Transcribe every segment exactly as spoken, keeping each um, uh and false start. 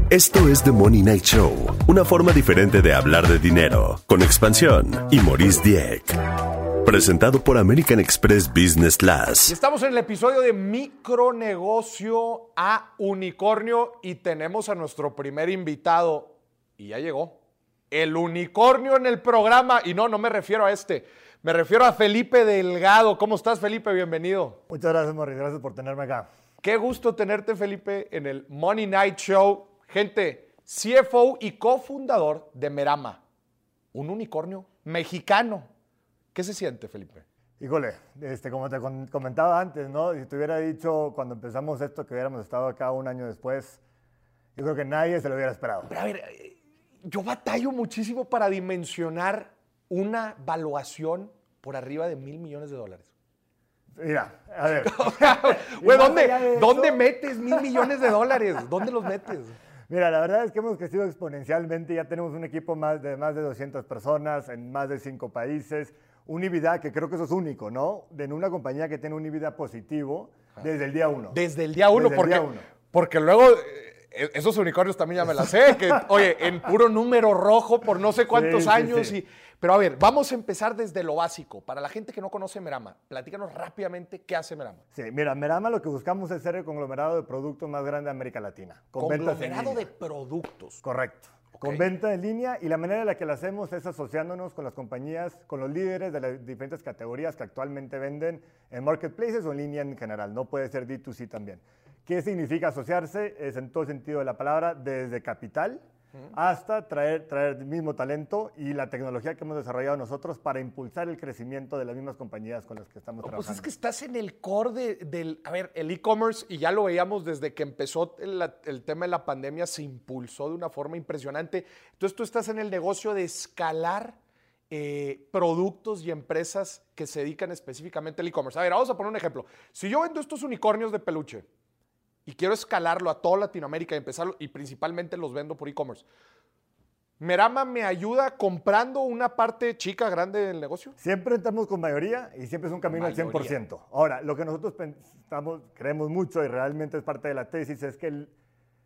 Esto es The Money Night Show, una forma diferente de hablar de dinero, con Expansión y Maurice Dieck. Presentado por American Express Business Class. Y estamos en el episodio de Micronegocio a Unicornio y tenemos a nuestro primer invitado. Y ya llegó. El unicornio en el programa. Y no, no me refiero a este. Me refiero a Felipe Delgado. ¿Cómo estás, Felipe? Bienvenido. Muchas gracias, Maurice. Gracias por tenerme acá. Qué gusto tenerte, Felipe, en el Money Night Show. Gente, C F O y cofundador de Merama, un unicornio mexicano. ¿Qué se siente, Felipe? Híjole, este, como te comentaba antes, ¿no? Si te hubiera dicho cuando empezamos esto que hubiéramos estado acá un año después, yo creo que nadie se lo hubiera esperado. Pero a ver, yo batallo muchísimo para dimensionar una valuación por arriba de mil millones de dólares. Mira, a ver. Güey, ¿dónde, ¿dónde metes mil millones de dólares? ¿Dónde los metes? Mira, la verdad es que hemos crecido exponencialmente. Ya tenemos un equipo más de más de doscientas personas en más de cinco países. Un EBITDA que creo que eso es único, ¿no? De una compañía que tiene un EBITDA positivo desde el día uno. Desde el día uno, desde porque, el día uno. Porque luego eh, esos unicornios también ya me la sé. Que, oye, en puro número rojo por no sé cuántos sí, años. Sí, sí. Y, pero a ver, vamos a empezar desde lo básico. Para la gente que no conoce Merama, platícanos rápidamente qué hace Merama. Sí, mira, Merama lo que buscamos es ser el conglomerado de productos más grande de América Latina. Con conglomerado de productos. Correcto. Okay. Con venta en línea, y la manera en la que lo hacemos es asociándonos con las compañías, con los líderes de las diferentes categorías que actualmente venden en marketplaces o en línea en general. No puede ser D dos C también. ¿Qué significa asociarse? Es en todo sentido de la palabra, desde capital hasta traer, traer el mismo talento y la tecnología que hemos desarrollado nosotros para impulsar el crecimiento de las mismas compañías con las que estamos no, trabajando. Pues es que estás en el core de, del, a ver, el e-commerce, y ya lo veíamos desde que empezó el, el tema de la pandemia, se impulsó de una forma impresionante. Entonces tú estás en el negocio de escalar eh, productos y empresas que se dedican específicamente al e-commerce. A ver, vamos a poner un ejemplo. Si yo vendo estos unicornios de peluche y quiero escalarlo a toda Latinoamérica y empezarlo, y principalmente los vendo por e-commerce, ¿Merama me ayuda comprando una parte chica, grande del negocio? Siempre entramos con mayoría y siempre es un camino al cien por ciento. Ahora, lo que nosotros pensamos, creemos mucho y realmente es parte de la tesis es que el,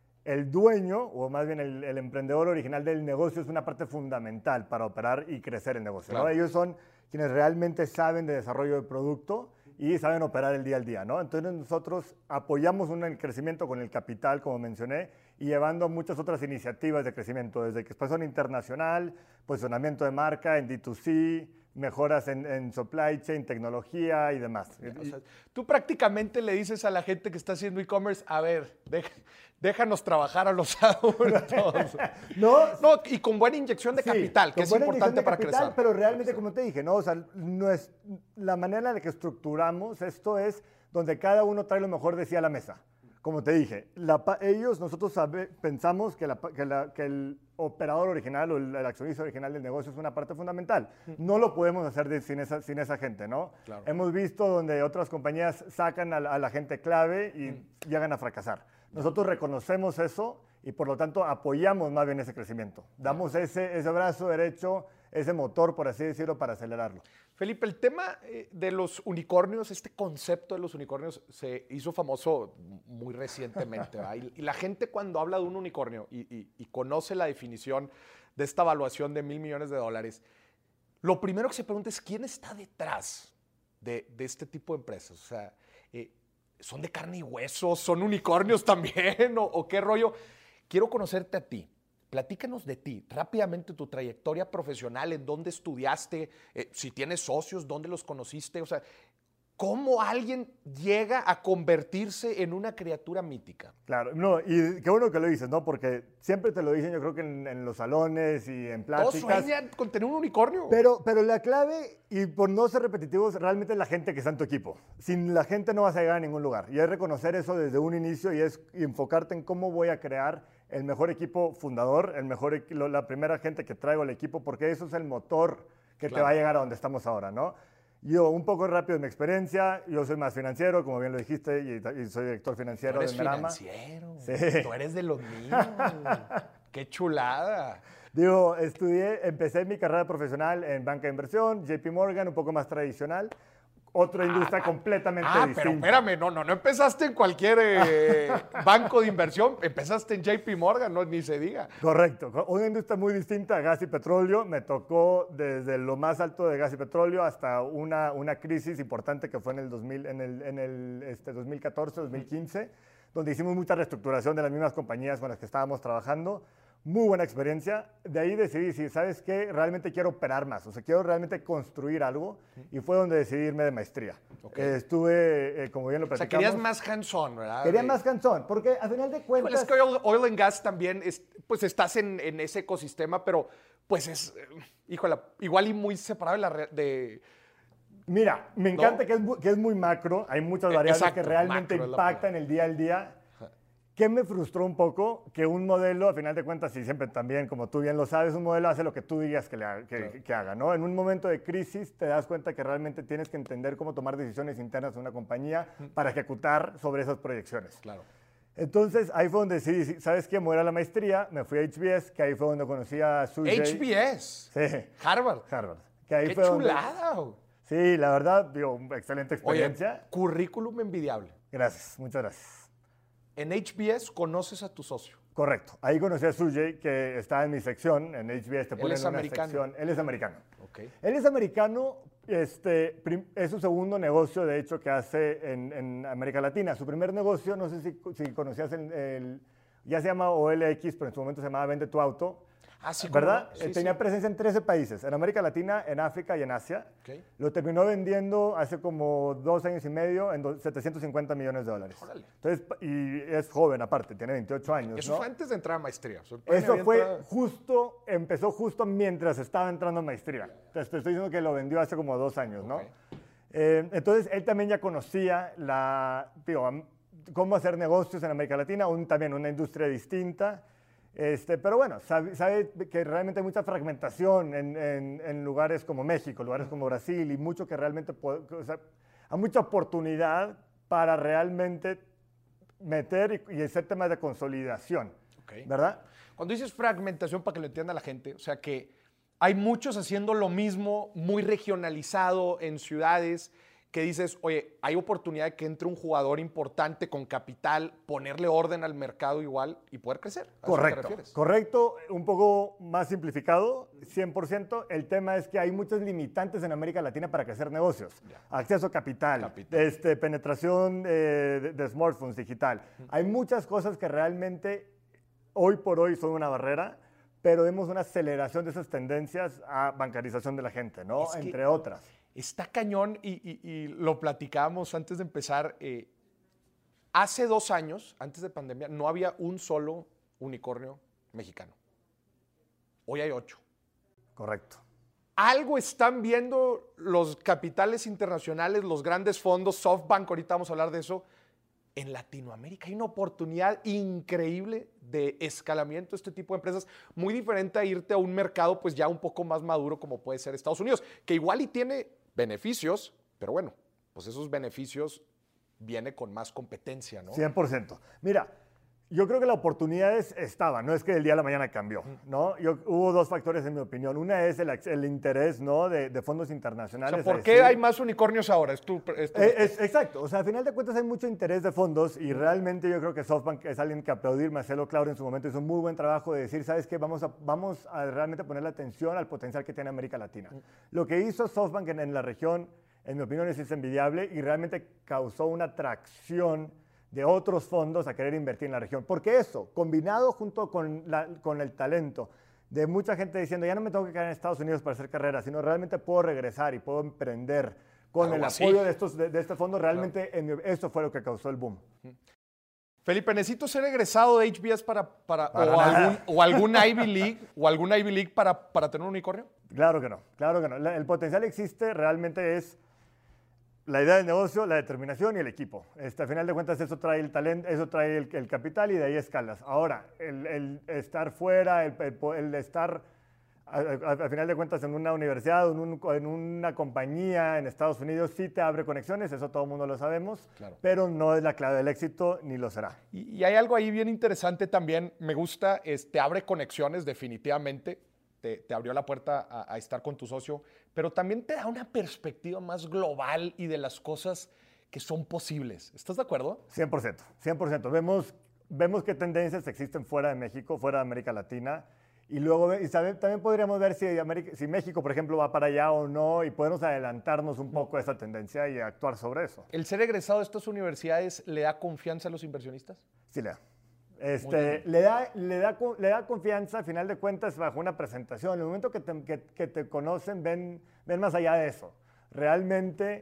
el dueño, o más bien el, el emprendedor original del negocio, es una parte fundamental para operar y crecer el negocio. Claro. ¿No? Ellos son quienes realmente saben de desarrollo de producto y saben operar el día al día, ¿no? Entonces nosotros apoyamos un crecimiento con el capital, como mencioné, y llevando muchas otras iniciativas de crecimiento, desde expansión internacional, posicionamiento de marca en D dos C, mejoras en, en supply chain, tecnología y demás. O sea, tú prácticamente le dices a la gente que está haciendo e-commerce, a ver, deja, déjanos trabajar a los adultos. no, no, y con buena inyección de sí, capital, que es importante para capital, crecer. Pero realmente, como te dije, ¿no? O sea, no es, la manera en la que estructuramos esto es donde cada uno trae lo mejor de sí a la mesa. Como te dije, la, ellos, nosotros sabe, pensamos que, la, que, la, que el operador original o el, el accionista original del negocio es una parte fundamental. No lo podemos hacer de, sin, esa, sin esa gente, ¿no? Claro. Hemos visto donde otras compañías sacan a la, a la gente clave y mm. llegan a fracasar. Nosotros reconocemos eso y por lo tanto apoyamos más bien ese crecimiento. Damos ese, ese brazo derecho, ese motor, por así decirlo, para acelerarlo. Felipe, el tema de los unicornios, este concepto de los unicornios se hizo famoso muy recientemente. y, y la gente cuando habla de un unicornio y, y, y conoce la definición de esta evaluación de mil millones de dólares, lo primero que se pregunta es quién está detrás de, de este tipo de empresas. O sea, eh, ¿son de carne y hueso? ¿Son unicornios también? ¿O, o qué rollo? Quiero conocerte a ti. Platícanos de ti, rápidamente tu trayectoria profesional, en dónde estudiaste, eh, si tienes socios, dónde los conociste, o sea, ¿cómo alguien llega a convertirse en una criatura mítica? Claro, no, y qué bueno que lo dices, ¿no? Porque siempre te lo dicen, yo creo que en, en los salones y en pláticas. Todos sueñan con tener un unicornio. Pero, pero la clave, y por no ser repetitivos, realmente es la gente que está en tu equipo. Sin la gente no vas a llegar a ningún lugar. Y es reconocer eso desde un inicio y es y enfocarte en cómo voy a crear el mejor equipo fundador, el mejor, la primera gente que traigo al equipo, porque eso es el motor que claro. te va a llegar a donde estamos ahora, ¿no? Yo, un poco rápido de mi experiencia, yo soy más financiero, como bien lo dijiste, y, y soy director financiero de Merama. ¿Tú eres financiero? Sí. Tú eres de los míos. ¡Qué chulada! Digo, estudié, empecé mi carrera profesional en banca de inversión, J P Morgan, un poco más tradicional. otra industria ah, completamente ah, distinta. Pero espérame, no, no, no empezaste en cualquier eh, banco de inversión, empezaste en J P Morgan, no, ni se diga. Correcto, una industria muy distinta a gas y petróleo. Me tocó desde lo más alto de gas y petróleo hasta una, una crisis importante que fue en el, dos mil, en el, en el este, dos mil catorce, dos mil quince, donde hicimos mucha reestructuración de las mismas compañías con las que estábamos trabajando. Muy buena experiencia. De ahí decidí, si sabes qué, realmente quiero operar más, o sea, quiero realmente construir algo, y fue donde decidí irme de maestría. Okay. Eh, estuve, eh, como bien lo platicamos. O sea, querías más hands-on, ¿verdad? Quería más hands-on, porque al final de cuentas... Bueno, es que oil, oil and gas también, es, pues estás en, en ese ecosistema, pero pues es, híjole, igual y muy separado de la... De, Mira, me encanta ¿no? que, es, que es muy macro, hay muchas variables Exacto, que realmente impactan el día al día. ¿Qué me frustró un poco? Que un modelo, a final de cuentas, y siempre también, como tú bien lo sabes, un modelo hace lo que tú digas que, le haga, que, claro. que haga, ¿no? En un momento de crisis te das cuenta que realmente tienes que entender cómo tomar decisiones internas de una compañía para ejecutar sobre esas proyecciones. Claro. Entonces, ahí fue donde decidí, ¿sabes qué? Me voy a la maestría, me fui a H B S, que ahí fue donde conocí a Sujay. ¿H B S? Sí. Harvard. Harvard. Que ahí ¡Qué fue chulada! Donde, sí, la verdad, digo, excelente experiencia. Oye, currículum envidiable. Gracias, muchas gracias. En H B S conoces a tu socio. Correcto. Ahí conocí a Sujay, que está en mi sección. En H B S te ponen Él es una americano. sección. Él es americano. Okay. Él es americano. Este, es su segundo negocio, de hecho, que hace en, en América Latina. Su primer negocio, no sé si, si conocías el, el... Ya se llama O L X, pero en su momento se llamaba Vende tu Auto. Ah, sí, ¿verdad? Sí, Tenía sí. presencia en trece países, en América Latina, en África y en Asia. Okay. Lo terminó vendiendo hace como dos años y medio en setecientos cincuenta millones de dólares. Órale. Entonces, y es joven aparte, tiene veintiocho años. Eso ¿no? fue antes de entrar a maestría. O sea, Eso fue entrado... justo, empezó justo mientras estaba entrando a maestría. Entonces, te estoy diciendo que lo vendió hace como dos años, ¿no? Okay. Eh, entonces, él también ya conocía la, digo, cómo hacer negocios en América Latina, un, también una industria distinta. Este, pero bueno, sabe, sabe que realmente hay mucha fragmentación en, en, en lugares como México, lugares como Brasil, y mucho que realmente, o sea, hay mucha oportunidad para realmente meter y, y hacer temas de consolidación, okay. ¿verdad? Cuando dices fragmentación, para que lo entienda la gente, o sea que hay muchos haciendo lo mismo, muy regionalizado en ciudades, que dices, oye, hay oportunidad de que entre un jugador importante con capital, ponerle orden al mercado igual y poder crecer. ¿A correcto, eso te refieres? Correcto, un poco más simplificado, cien por ciento. El tema es que hay muchos limitantes en América Latina para crecer negocios. Ya. Acceso a capital, capital. Este, penetración eh, de, de smartphones digital. Uh-huh. Hay muchas cosas que realmente hoy por hoy son una barrera, pero vemos una aceleración de esas tendencias a bancarización de la gente, ¿no? Es Entre otras. Está cañón y, y, y lo platicábamos antes de empezar. Eh, hace dos años, antes de pandemia, no había un solo unicornio mexicano. Hoy hay ocho. Correcto. Algo están viendo los capitales internacionales, los grandes fondos, SoftBank, ahorita vamos a hablar de eso. En Latinoamérica hay una oportunidad increíble de escalamiento de este tipo de empresas, muy diferente a irte a un mercado pues ya un poco más maduro como puede ser Estados Unidos, que igual y tiene beneficios, pero bueno, pues esos beneficios vienen con más competencia, ¿no? cien por ciento. Mira, yo creo que la oportunidad estaba, no es que del día a la mañana cambió, ¿no? Yo, hubo dos factores en mi opinión. Una es el, el interés, ¿no? de, de fondos internacionales. O sea, ¿por qué decir, hay más unicornios ahora? Es tu, es tu es, es, exacto. O sea, al final de cuentas hay mucho interés de fondos y realmente yo creo que SoftBank es alguien que aplaudir. Marcelo Claure en su momento hizo un muy buen trabajo de decir, ¿sabes qué? Vamos a, vamos a realmente ponerle atención al potencial que tiene América Latina. Lo que hizo SoftBank en, en la región, en mi opinión, es envidiable y realmente causó una atracción de otros fondos a querer invertir en la región. Porque eso, combinado junto con, la, con el talento de mucha gente diciendo, ya no me tengo que quedar en Estados Unidos para hacer carrera, sino realmente puedo regresar y puedo emprender con Algo el así. apoyo de, estos, de, de este fondo, realmente claro. en, eso fue lo que causó el boom. Felipe, ¿necesito ser egresado de H B S para, para, para o, algún, o algún Ivy League o algún Ivy League para, para tener un unicornio? Claro que no, claro que no. La, el potencial existe, realmente es la idea del negocio, la determinación y el equipo. Este, al final de cuentas, eso trae el talento, eso trae el, el capital y de ahí escalas. Ahora, el, el estar fuera, el, el, el estar, al final de cuentas, en una universidad, en, un, en una compañía en Estados Unidos, sí te abre conexiones, eso todo el mundo lo sabemos, claro. pero no es la clave del éxito ni lo será. Y, y hay algo ahí bien interesante también, me gusta, es, te abre conexiones definitivamente, te, te abrió la puerta a, a estar con tu socio, pero también te da una perspectiva más global y de las cosas que son posibles. ¿Estás de acuerdo? cien por ciento, cien por ciento. Vemos, vemos qué tendencias existen fuera de México, fuera de América Latina. Y luego y sabe, también podríamos ver si, América, si México, por ejemplo, va para allá o no y podemos adelantarnos un poco a esa tendencia y actuar sobre eso. ¿El ser egresado de estas universidades le da confianza a los inversionistas? Sí, le da. Este, le, da, le, da, le da confianza, a final de cuentas, bajo una presentación. En el momento que te, que, que te conocen, ven, ven más allá de eso. Realmente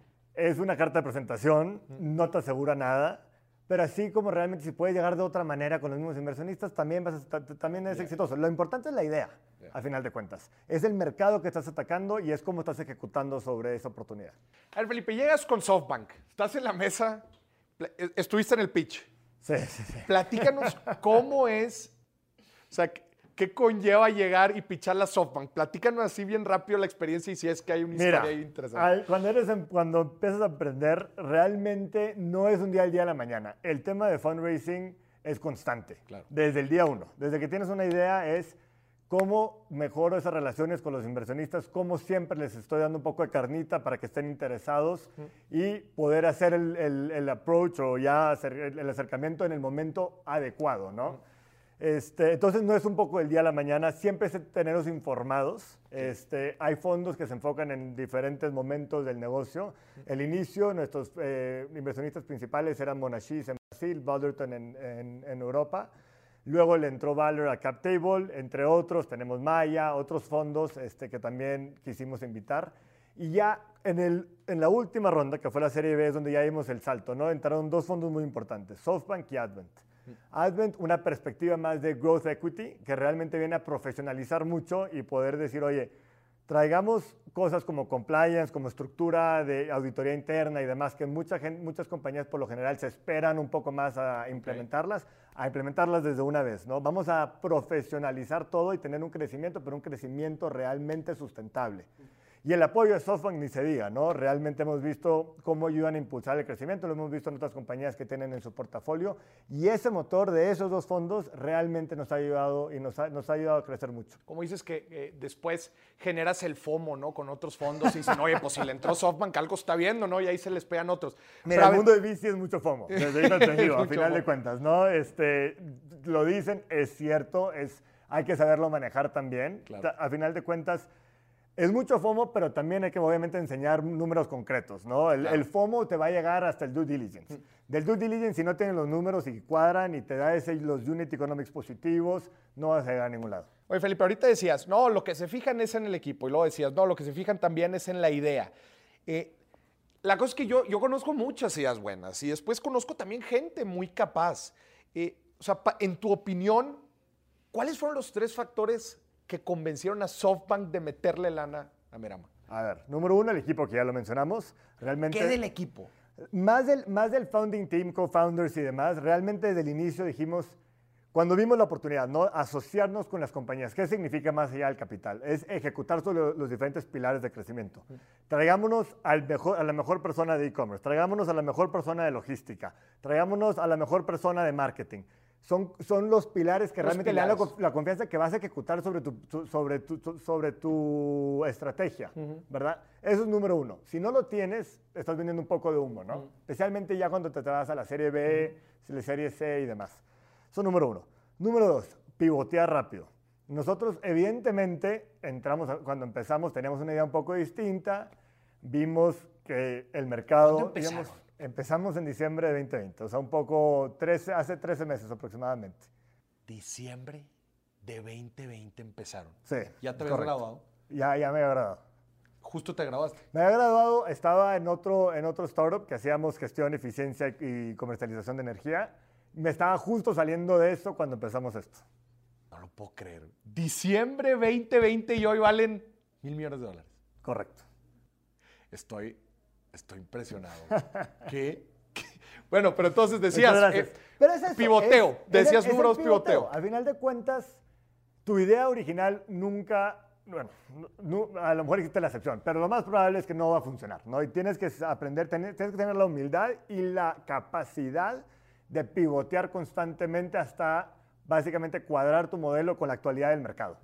es una carta de presentación, no te asegura nada. Pero así como realmente si puedes llegar de otra manera con los mismos inversionistas, también, vas a, también es yeah. exitoso. Lo importante es la idea, yeah. a final de cuentas. Es el mercado que estás atacando y es cómo estás ejecutando sobre esa oportunidad. A ver, Felipe, llegas con SoftBank, estás en la mesa, estuviste en el pitch. Sí, sí, sí. Platícanos cómo es, o sea, ¿qué conlleva llegar y pichar la SoftBank? Platícanos así bien rápido la experiencia y si es que hay una Mira, historia ahí interesante. Al, cuando, eres en, cuando empiezas a aprender, realmente no es un día al día a la mañana. El tema de fundraising es constante, claro. desde el día uno. Desde que tienes una idea es cómo mejoro esas relaciones con los inversionistas, cómo siempre les estoy dando un poco de carnita para que estén interesados uh-huh. y poder hacer el, el, el approach o ya hacer el acercamiento en el momento adecuado, ¿no? Uh-huh. Este, entonces no es un poco del día a la mañana, siempre es tenerlos informados. Este, hay fondos que se enfocan en diferentes momentos del negocio. El inicio, nuestros eh, inversionistas principales eran Monashis en Brasil, Balderton en, en, en Europa. Luego le entró Valor a CapTable, entre otros. Tenemos Maya, otros fondos este, que también quisimos invitar. Y ya en, el, en la última ronda, que fue la Serie B, es donde ya dimos el salto, ¿no? Entraron dos fondos muy importantes, SoftBank y Advent. Advent, una perspectiva más de growth equity, que realmente viene a profesionalizar mucho y poder decir, oye, traigamos cosas como compliance, como estructura de auditoría interna y demás, que mucha gente, muchas compañías por lo general se esperan un poco más a implementarlas, okay. a implementarlas desde una vez, ¿no? Vamos a profesionalizar todo y tener un crecimiento, pero un crecimiento realmente sustentable. Y el apoyo de SoftBank ni se diga, ¿no? Realmente hemos visto cómo ayudan a impulsar el crecimiento, lo hemos visto en otras compañías que tienen en su portafolio, y ese motor de esos dos fondos realmente nos ha ayudado y nos ha, nos ha ayudado a crecer mucho. Como dices que eh, después generas el FOMO, ¿no? Con otros fondos y dicen, oye, pues si le entró SoftBank, algo está viendo, ¿no? Y ahí se les pegan otros. Mira, Pero el mundo de V C es mucho FOMO, desde ahí entendido, a final FOMO. de cuentas, ¿no? Este, lo dicen, es cierto, es, hay que saberlo manejar también. Claro. A final de cuentas, es mucho FOMO, pero también hay que obviamente enseñar números concretos, ¿no? El, claro. el FOMO te va a llegar hasta el due diligence. Del due diligence, si no tienen los números y cuadran y te da ese, los unit economics positivos, no vas a llegar a ningún lado. Oye, Felipe, ahorita decías, no, lo que se fijan es en el equipo. Y luego decías, no, lo que se fijan también es en la idea. Eh, la cosa es que yo, yo conozco muchas ideas buenas y después conozco también gente muy capaz. Eh, o sea, pa, en tu opinión, ¿cuáles fueron los tres factores que convencieron a SoftBank de meterle lana a Merama? A ver, número uno, el equipo, que ya lo mencionamos. Realmente, ¿qué del equipo? Más del, más del founding team, co-founders y demás, realmente desde el inicio dijimos, cuando vimos la oportunidad, ¿no? Asociarnos con las compañías. ¿Qué significa más allá del capital? Es ejecutar sobre los diferentes pilares de crecimiento. Traigámonos al mejor, a la mejor persona de e-commerce, traigámonos a la mejor persona de logística, traigámonos a la mejor persona de marketing. Son, son los pilares que los realmente pilares. le dan la, la confianza que vas a ejecutar sobre tu, tu, sobre tu, sobre tu estrategia, uh-huh. ¿verdad? Eso es número uno. Si no lo tienes, estás vendiendo un poco de humo, ¿no? Uh-huh. Especialmente ya cuando te, te vas a la serie B, uh-huh. la serie C y demás. Eso es número uno. Número dos, pivotear rápido. Nosotros, evidentemente, entramos a, cuando empezamos, teníamos una idea un poco distinta, vimos que el mercado... ¿Cuándo empezaron? Digamos, empezamos en diciembre de veinte veinte, o sea, un poco, trece, hace trece meses aproximadamente. Diciembre de veinte veinte empezaron. Sí. ¿Ya te habías graduado? Ya, ya me había graduado. ¿Justo te graduaste? Me había graduado, estaba en otro, en otro startup que hacíamos gestión, eficiencia y comercialización de energía. Me estaba justo saliendo de eso cuando empezamos esto. No lo puedo creer. Diciembre veinte veinte y hoy valen mil millones de dólares. Correcto. Estoy... Estoy impresionado. ¿Qué? ¿Qué? Bueno, pero entonces decías, eh, pero es eso, pivoteo, es, decías es el, números es pivoteo. pivoteo. Al final de cuentas, tu idea original nunca, bueno, no, a lo mejor existe la excepción, pero lo más probable es que no va a funcionar, ¿no? Y tienes que aprender, tener, tienes que tener la humildad y la capacidad de pivotear constantemente hasta básicamente cuadrar tu modelo con la actualidad del mercado.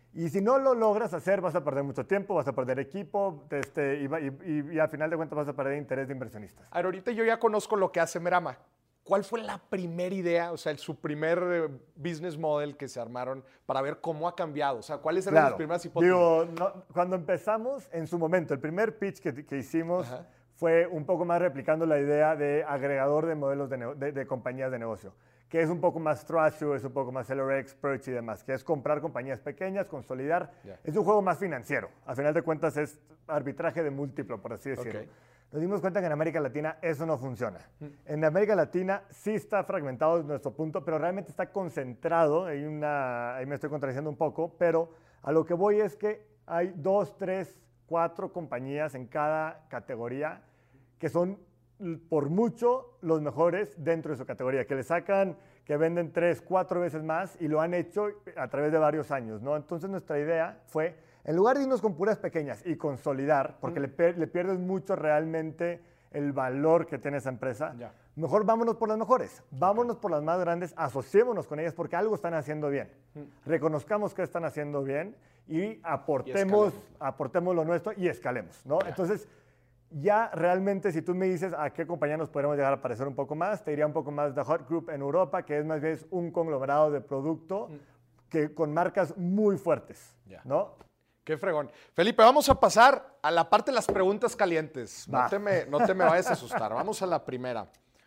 Y si no lo logras hacer, vas a perder mucho tiempo, vas a perder equipo este, y, y, y al final de cuentas vas a perder interés de inversionistas. A ver, ahorita yo ya conozco lo que hace Merama. ¿Cuál fue la primera idea, o sea, el, su primer eh, business model que se armaron para ver cómo ha cambiado? O sea, ¿cuáles eran Claro. las primeras hipótesis? Digo, no, cuando empezamos, en su momento, el primer pitch que, que hicimos Ajá. fue un poco más replicando la idea de agregador de modelos de, de, de compañías de negocio, que es un poco más Thrasio, es un poco más L R X, Perch y demás, que es comprar compañías pequeñas, consolidar. Yeah. Es un juego más financiero. A final de cuentas es arbitraje de múltiplo, por así decirlo. Okay. Nos dimos cuenta que en América Latina eso no funciona. Mm. En América Latina sí está fragmentado desde nuestro punto, pero realmente está concentrado. Hay una, ahí me estoy contradiciendo un poco, pero a lo que voy es que hay dos, tres, cuatro compañías en cada categoría que son por mucho los mejores dentro de su categoría, que le sacan, que venden tres, cuatro veces más y lo han hecho a través de varios años, ¿no? Entonces nuestra idea fue, en lugar de irnos con puras pequeñas y consolidar, porque mm. le, le pierdes mucho realmente el valor que tiene esa empresa, ya. mejor vámonos por las mejores, vámonos okay. por las más grandes, asociémonos con ellas porque algo están haciendo bien. Mm. Reconozcamos que están haciendo bien y aportemos, y aportemos lo nuestro y escalemos, ¿no? Ya. Entonces, ya realmente, si tú me dices a qué compañía nos podemos llegar a parecer un poco más, te diría un poco más The Hut Group en Europa, que es más bien un conglomerado de producto mm. que, con marcas muy fuertes, ya. ¿no? Qué fregón. Felipe, vamos a pasar a la parte de las preguntas calientes. No te, me, no te me vayas a asustar. Vamos a la primera.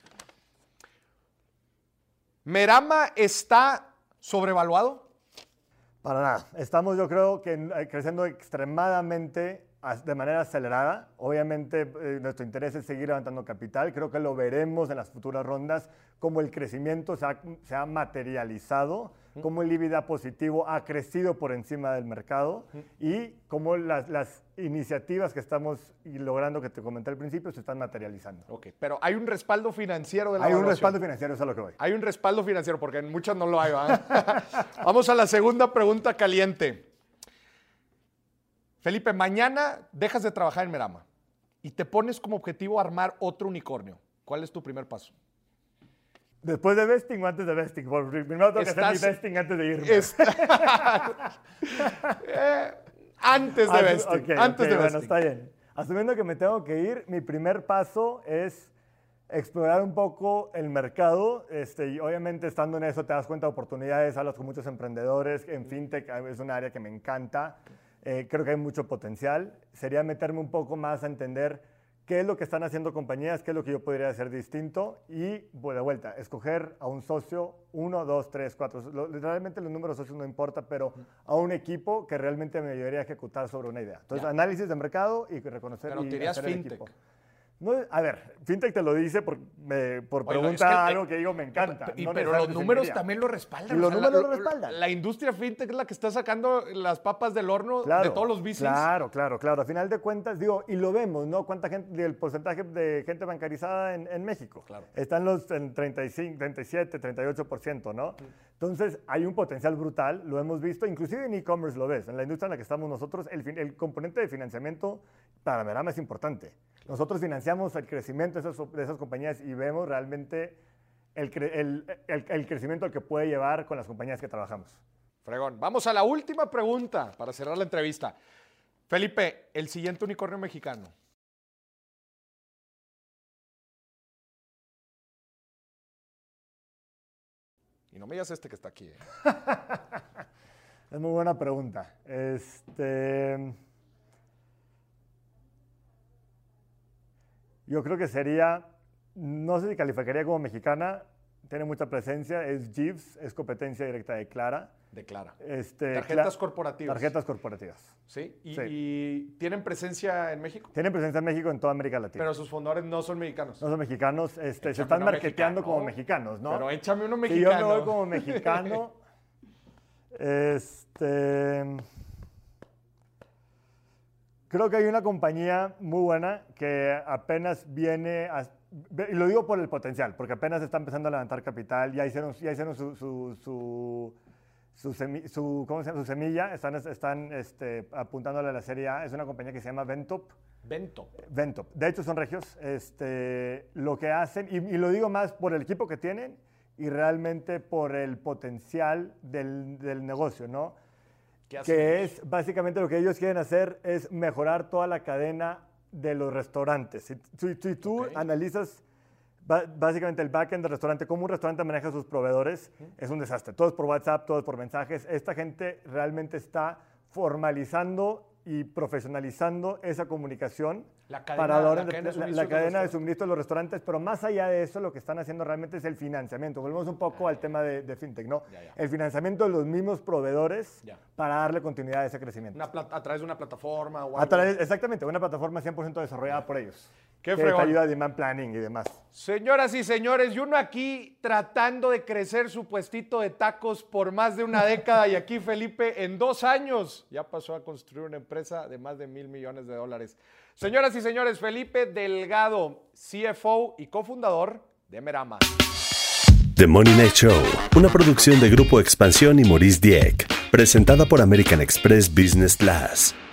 ¿Merama está sobrevaluado? Para nada. Estamos, yo creo, que creciendo extremadamente de manera acelerada. Obviamente, eh, nuestro interés es seguir levantando capital. Creo que lo veremos en las futuras rondas, cómo el crecimiento se ha, se ha materializado, cómo el EBITDA positivo ha crecido por encima del mercado y cómo las, las iniciativas que estamos logrando, que te comenté al principio, se están materializando. Ok, pero hay un respaldo financiero de la Hay evaluación. un respaldo financiero, eso es a lo que voy. Hay un respaldo financiero, porque en muchas no lo hay, ¿verdad? Vamos a la segunda pregunta caliente. Felipe, mañana dejas de trabajar en Merama y te pones como objetivo armar otro unicornio. ¿Cuál es tu primer paso? ¿Después de vesting o antes de vesting? Primero tengo que hacer mi vesting antes de irme. Está... eh, antes de vesting. Okay, antes okay, de bueno, vesting. Está bien. Asumiendo que me tengo que ir, mi primer paso es explorar un poco el mercado. Este, y obviamente, estando en eso, te das cuenta de oportunidades, hablas con muchos emprendedores. En fintech es un área que me encanta. Eh, creo que hay mucho potencial. Sería meterme un poco más a entender qué es lo que están haciendo compañías, qué es lo que yo podría hacer distinto y, pues, de vuelta, escoger a un socio, uno, dos, tres, cuatro. Lo, realmente los números socios no importa, pero a un equipo que realmente me ayudaría a ejecutar sobre una idea. Entonces, ya. análisis de mercado y reconocer pero y te dirías hacer el fintech. equipo. No, a ver, fintech te lo dice por, me, por Oye, pregunta es que, algo que digo me encanta. Y, no pero los números también lo respaldan. Y los o sea, números la, lo respaldan. La industria fintech es la que está sacando las papas del horno claro, de todos los business. Claro, claro, claro. A final de cuentas, digo, y lo vemos, ¿no? ¿Cuánta gente, el porcentaje de gente bancarizada en, en México? Claro. Están los en treinta y cinco, treinta y siete, treinta y ocho por ciento, ¿no? Mm. Entonces, hay un potencial brutal, lo hemos visto, inclusive en e-commerce lo ves. En la industria en la que estamos nosotros, el, el componente de financiamiento para Merama es importante. Nosotros financiamos el crecimiento de esas, de esas compañías y vemos realmente el, el, el, el crecimiento al que puede llevar con las compañías que trabajamos. Fregón. Vamos a la última pregunta para cerrar la entrevista. Felipe, el siguiente unicornio mexicano. Y no me digas este que está aquí. ¿eh? Es muy buena pregunta. Este... Yo creo que sería, no sé si calificaría como mexicana, tiene mucha presencia, es Jeeves, es competencia directa de Clara. De Clara. Este, tarjetas Cla- corporativas. Tarjetas corporativas. ¿Sí? ¿Y, sí. ¿Y tienen presencia en México? Tienen presencia en México, en toda América Latina. Pero sus fundadores no son mexicanos. No son mexicanos, este, se están marketeando mexicano. como mexicanos, ¿no? Pero échame uno mexicano. Si yo me voy como mexicano, este... Creo que hay una compañía muy buena que apenas viene, a, y lo digo por el potencial, porque apenas está empezando a levantar capital, ya hicieron, ya hicieron su, su, su, su, semi, su, ¿cómo se llama? Su semilla, están, están este, apuntándole a la Serie A, es una compañía que se llama Ventop. Ventop. Ventop. De hecho son regios, este, lo que hacen, y, y lo digo más por el equipo que tienen y realmente por el potencial del, del negocio, ¿no? que es básicamente lo que ellos quieren hacer es mejorar toda la cadena de los restaurantes. Si, si, si tú okay. analizas básicamente el backend del restaurante, cómo un restaurante maneja a sus proveedores, uh-huh. es un desastre. Todo es por WhatsApp, todo es por mensajes. Esta gente realmente está formalizando y profesionalizando esa comunicación la cadena, para la, la, cadena, de, la, la cadena de suministro de los restaurantes, pero más allá de eso, lo que están haciendo realmente es el financiamiento. Volvemos un poco ah, al tema de, de fintech, ¿no? Ya, ya. El financiamiento de los mismos proveedores ya. para darle continuidad a ese crecimiento. Una a través de una plataforma o algo. A través, exactamente, una plataforma cien por ciento desarrollada ya. por ellos. Qué que fregón. te ayuda a demand planning y demás. Señoras y señores, y uno aquí tratando de crecer su puestito de tacos por más de una década y aquí Felipe en dos años ya pasó a construir una empresa de más de mil millones de dólares. Señoras y señores, Felipe Delgado, C F O y cofundador de Merama. The Money Night Show, una producción de Grupo Expansión y Maurice Dieck, presentada por American Express Business Class.